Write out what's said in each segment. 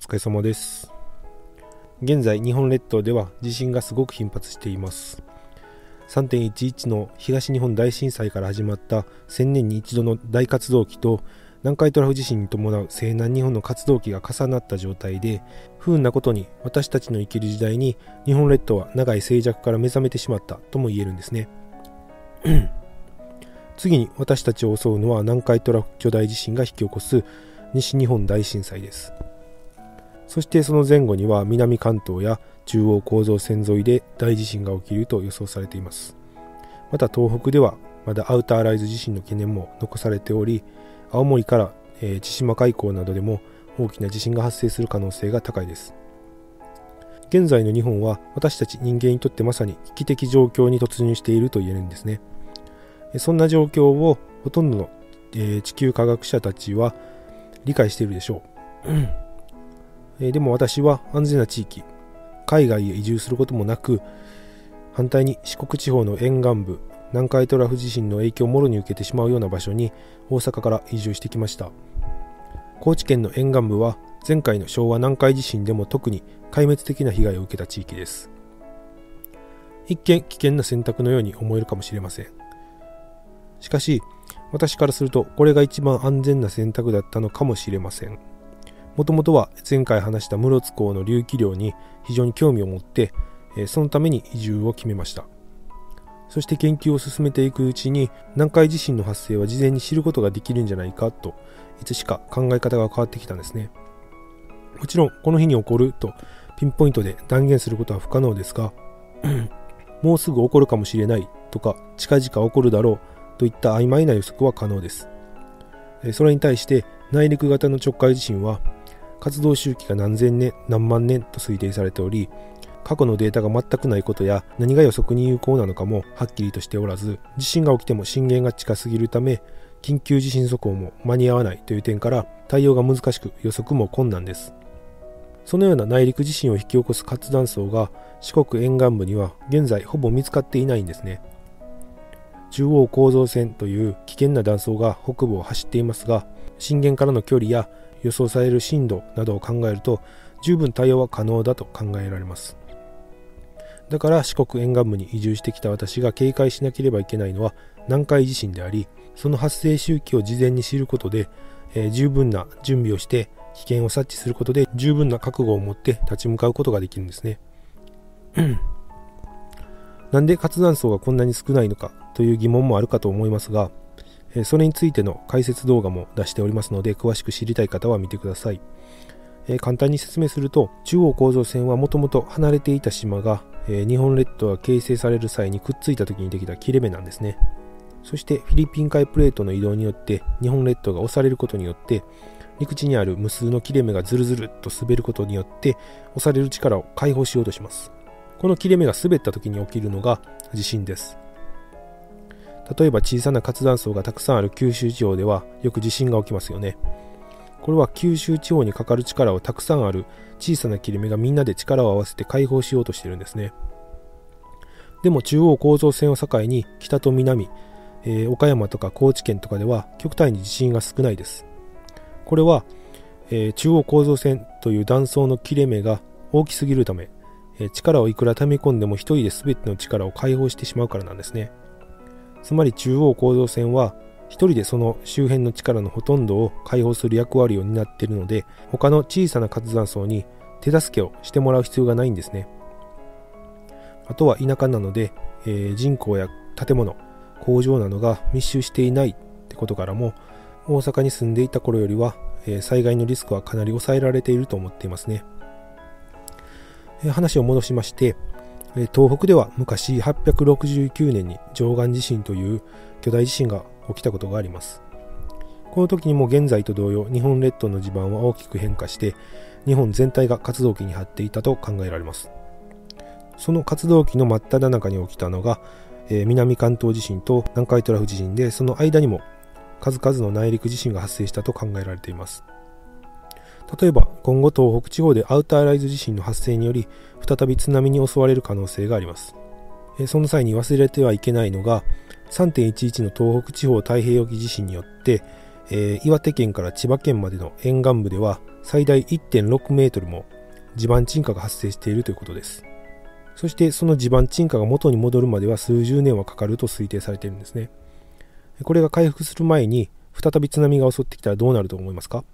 疲れ様です。現在日本列島では地震がすごく頻発しています。 3.11 の東日本大震災から始まった1000年に一度の大活動期と南海トラフ地震に伴う西南日本の活動期が重なった状態で、不運なことに私たちの生きる時代に日本列島は長い静寂から目覚めてしまったとも言えるんですね。次に私たちを襲うのは南海トラフ巨大地震が引き起こす西日本大震災です。そしてその前後には南関東や中央構造線沿いで大地震が起きると予想されています。また東北ではまだアウターライズ地震の懸念も残されており、青森から、千島海溝などでも大きな地震が発生する可能性が高いです。現在の日本は私たち人間にとってまさに危機的状況に突入していると言えるんですね。そんな状況をほとんどの、地球科学者たちは理解しているでしょう。でも私は安全な地域、海外へ移住することもなく、反対に四国地方の沿岸部、南海トラフ地震の影響をもろに受けてしまうような場所に大阪から移住してきました。高知県の沿岸部は前回の昭和南海地震でも特に壊滅的な被害を受けた地域です。一見危険な選択のように思えるかもしれません。しかし私からするとこれが一番安全な選択だったのかもしれません。もともとは前回話した室津港の隆起量に非常に興味を持って、そのために移住を決めました。そして研究を進めていくうちに南海地震の発生は事前に知ることができるんじゃないかと、いつしか考え方が変わってきたんですね。もちろんこの日に起こるとピンポイントで断言することは不可能ですがもうすぐ起こるかもしれないとか近々起こるだろうといった曖昧な予測は可能です。それに対して内陸型の直下地震は活動周期が何千年何万年と推定されており、過去のデータが全くないことや何が予測に有効なのかもはっきりとしておらず、地震が起きても震源が近すぎるため緊急地震速報も間に合わないという点から対応が難しく予測も困難です。そのような内陸地震を引き起こす活断層が四国沿岸部には現在ほぼ見つかっていないんですね。中央構造線という危険な断層が北部を走っていますが、震源からの距離や予想される震度などを考えると十分対応は可能だと考えられます。だから四国沿岸部に移住してきた私が警戒しなければいけないのは南海地震であり、その発生周期を事前に知ることで、十分な準備をして危険を察知することで十分な覚悟を持って立ち向かうことができるんですね。なんで活断層がこんなに少ないのかという疑問もあるかと思いますが、それについての解説動画も出しておりますので、詳しく知りたい方は見てください。簡単に説明すると、中央構造線はもともと離れていた島が、日本列島が形成される際にくっついた時にできた切れ目なんですね。そしてフィリピン海プレートの移動によって日本列島が押されることによって陸地にある無数の切れ目がズルズルっと滑ることによって押される力を解放しようとします。この切れ目が滑った時に起きるのが地震です。例えば小さな活断層がたくさんある九州地方ではよく地震が起きますよね。これは九州地方にかかる力をたくさんある小さな切れ目がみんなで力を合わせて解放しようとしているんですね。でも中央構造線を境に北と南、岡山とか高知県とかでは極端に地震が少ないです。これは、中央構造線という断層の切れ目が大きすぎるため、力をいくら溜め込んでも一人で全ての力を解放してしまうからなんですね。つまり中央構造線は一人でその周辺の力のほとんどを解放する役割を担っているので、他の小さな活断層に手助けをしてもらう必要がないんですね。あとは田舎なので、人口や建物、工場などが密集していないってことからも、大阪に住んでいた頃よりは、災害のリスクはかなり抑えられていると思っていますね。話を戻しまして、東北では昔869年に貞観地震という巨大地震が起きたことがあります。この時にも現在と同様、日本列島の地盤は大きく変化して日本全体が活動期に入っていたと考えられます。その活動期の真っ只中に起きたのが、南関東地震と南海トラフ地震で、その間にも数々の内陸地震が発生したと考えられています。例えば今後東北地方でアウターライズ地震の発生により再び津波に襲われる可能性があります。その際に忘れてはいけないのが 3.11 の東北地方太平洋沖地震によって岩手県から千葉県までの沿岸部では最大 1.6 メートルも地盤沈下が発生しているということです。そしてその地盤沈下が元に戻るまでは数十年はかかると推定されているんですね。これが回復する前に再び津波が襲ってきたらどうなると思いますか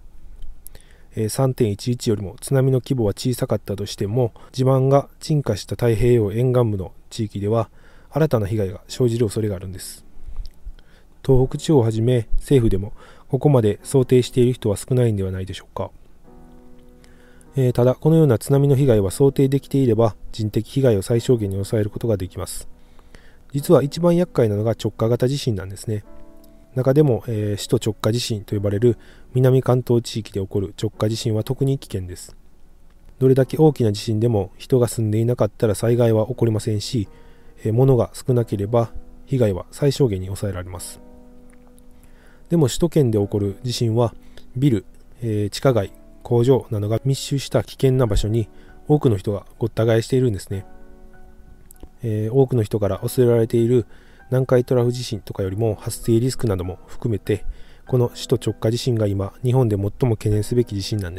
？3.11 よりも津波の規模は小さかったとしても、地盤が沈下した太平洋沿岸部の地域では新たな被害が生じる恐れがあるんです。東北地方をはじめ政府でもここまで想定している人は少ないんではないでしょうか。ただこのような津波の被害は想定できていれば人的被害を最小限に抑えることができます。実は一番厄介なのが直下型地震なんですね。中でも、首都直下地震と呼ばれる南関東地域で起こる直下地震は特に危険です。どれだけ大きな地震でも人が住んでいなかったら災害は起こりませんし、物が少なければ被害は最小限に抑えられます。でも首都圏で起こる地震はビル、地下街、工場などが密集した危険な場所に多くの人がごった返しているんですね。多くの人から恐れられている南海トラフ地震とかよりも発生リスクなども含めて、この首都直下地震が今日本で最も懸念すべき地震なんです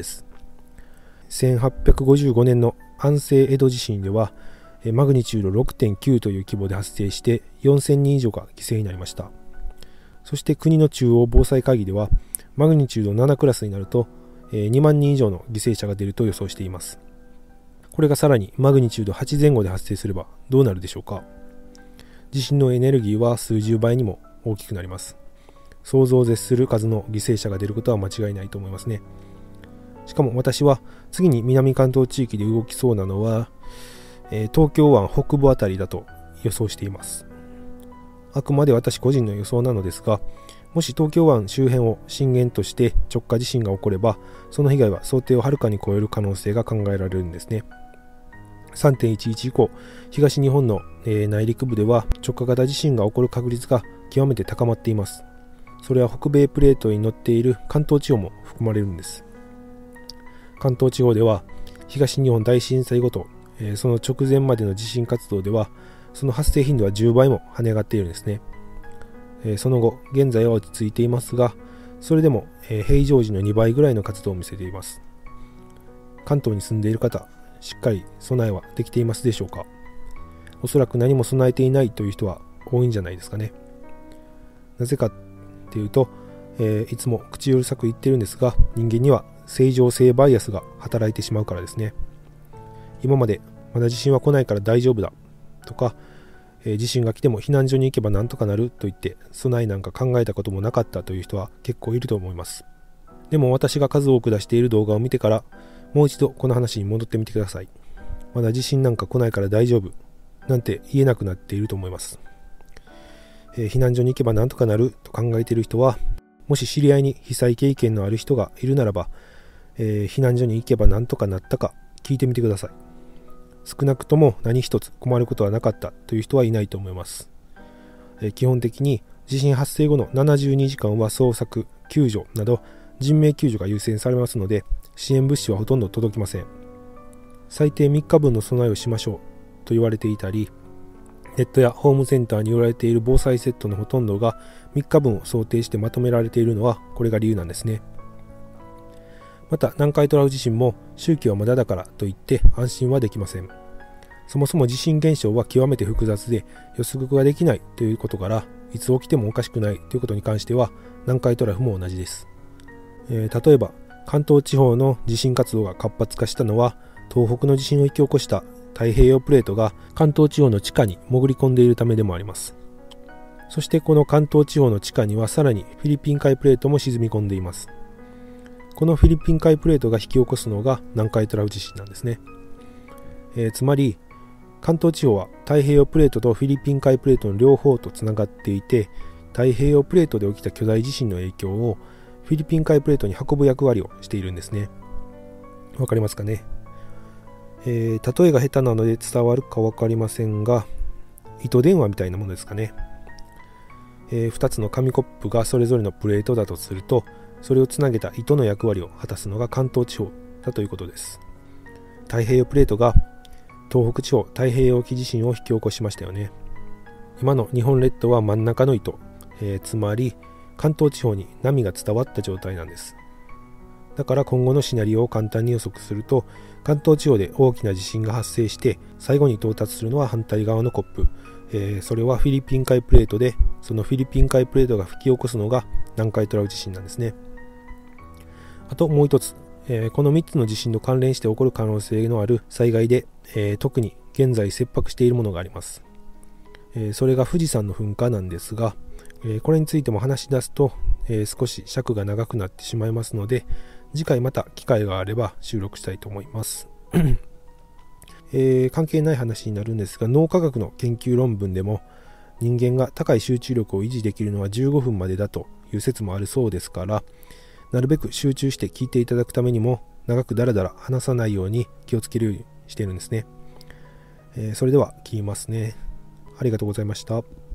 。1855年の安政江戸地震ではマグニチュード 6.9 という規模で発生して4000人以上が犠牲になりました。そして国の中央防災会議ではマグニチュード7クラスになると2万人以上の犠牲者が出ると予想しています。これがさらにマグニチュード8前後で発生すればどうなるでしょうか。地震のエネルギーは数十倍にも大きくなります。想像を絶する数の犠牲者が出ることは間違いないと思いますね。しかも私は次に南関東地域で動きそうなのは、東京湾北部あたりだと予想しています。あくまで私個人の予想なのですが、もし東京湾周辺を震源として直下地震が起これば、その被害は想定をはるかに超える可能性が考えられるんですね。3.11 以降、東日本の内陸部では直下型地震が起こる確率が極めて高まっています。それは北米プレートに乗っている関東地方も含まれるんです。関東地方では東日本大震災後と、その直前までの地震活動ではその発生頻度は10倍も跳ね上がっているんですね。その後現在は落ち着いていますが、それでも、平常時の2倍ぐらいの活動を見せています。関東に住んでいる方、しっかり備えはできていますでしょうか。おそらく何も備えていないという人は多いんじゃないですかね。なぜかっていうと、いつも口うるさく言ってるんですが、人間には正常性バイアスが働いてしまうからですね。今までまだ地震は来ないから大丈夫だとか、地震が来ても避難所に行けばなんとかなると言って備えなんか考えたこともなかったという人は結構いると思います。でも私が数多く出している動画を見てからもう一度この話に戻ってみてください。まだ地震なんか来ないから大丈夫なんて言えなくなっていると思います。避難所に行けばなんとかなると考えている人は、もし知り合いに被災経験のある人がいるならば、避難所に行けばなんとかなったか聞いてみてください。少なくとも何一つ困ることはなかったという人はいないと思います。基本的に地震発生後の72時間は捜索、救助など人命救助が優先されますので、支援物資はほとんど届きません。最低3日分の備えをしましょうと言われていたり、ネットやホームセンターに売られている防災セットのほとんどが3日分を想定してまとめられているのはこれが理由なんですね。また南海トラフ地震も周期はまだだからといって安心はできません。そもそも地震現象は極めて複雑で予測ができないということから、いつ起きてもおかしくないということに関しては南海トラフも同じです。例えば関東地方の地震活動が活発化したのは、東北の地震を引き起こした太平洋プレートが関東地方の地下に潜り込んでいるためでもあります。そしてこの関東地方の地下にはさらにフィリピン海プレートも沈み込んでいます。このフィリピン海プレートが引き起こすのが南海トラフ地震なんですね。つまり関東地方は太平洋プレートとフィリピン海プレートの両方とつながっていて、太平洋プレートで起きた巨大地震の影響をフィリピン海プレートに運ぶ役割をしているんですね。わかりますかね。例えが下手なので伝わるか分かりませんが、糸電話みたいなものですかね。2つの紙コップがそれぞれのプレートだとすると、それをつなげた糸の役割を果たすのが関東地方だということです。太平洋プレートが東北地方太平洋沖地震を引き起こしましたよね。今の日本列島は真ん中の糸、つまり関東地方に波が伝わった状態なんです。だから今後のシナリオを簡単に予測すると、関東地方で大きな地震が発生して最後に到達するのは反対側のコップ、それはフィリピン海プレートで、そのフィリピン海プレートが吹き起こすのが南海トラフ地震なんですね。あともう一つ、この3つの地震と関連して起こる可能性のある災害で、特に現在切迫しているものがあります。それが富士山の噴火なんですが、これについても話し出すと、少し尺が長くなってしまいますので、次回また機会があれば収録したいと思います。関係ない話になるんですが、脳科学の研究論文でも人間が高い集中力を維持できるのは15分までだという説もあるそうですから、なるべく集中して聞いていただくためにも長くダラダラ話さないように気をつけるようにしているんですね。それでは切りますね。ありがとうございました。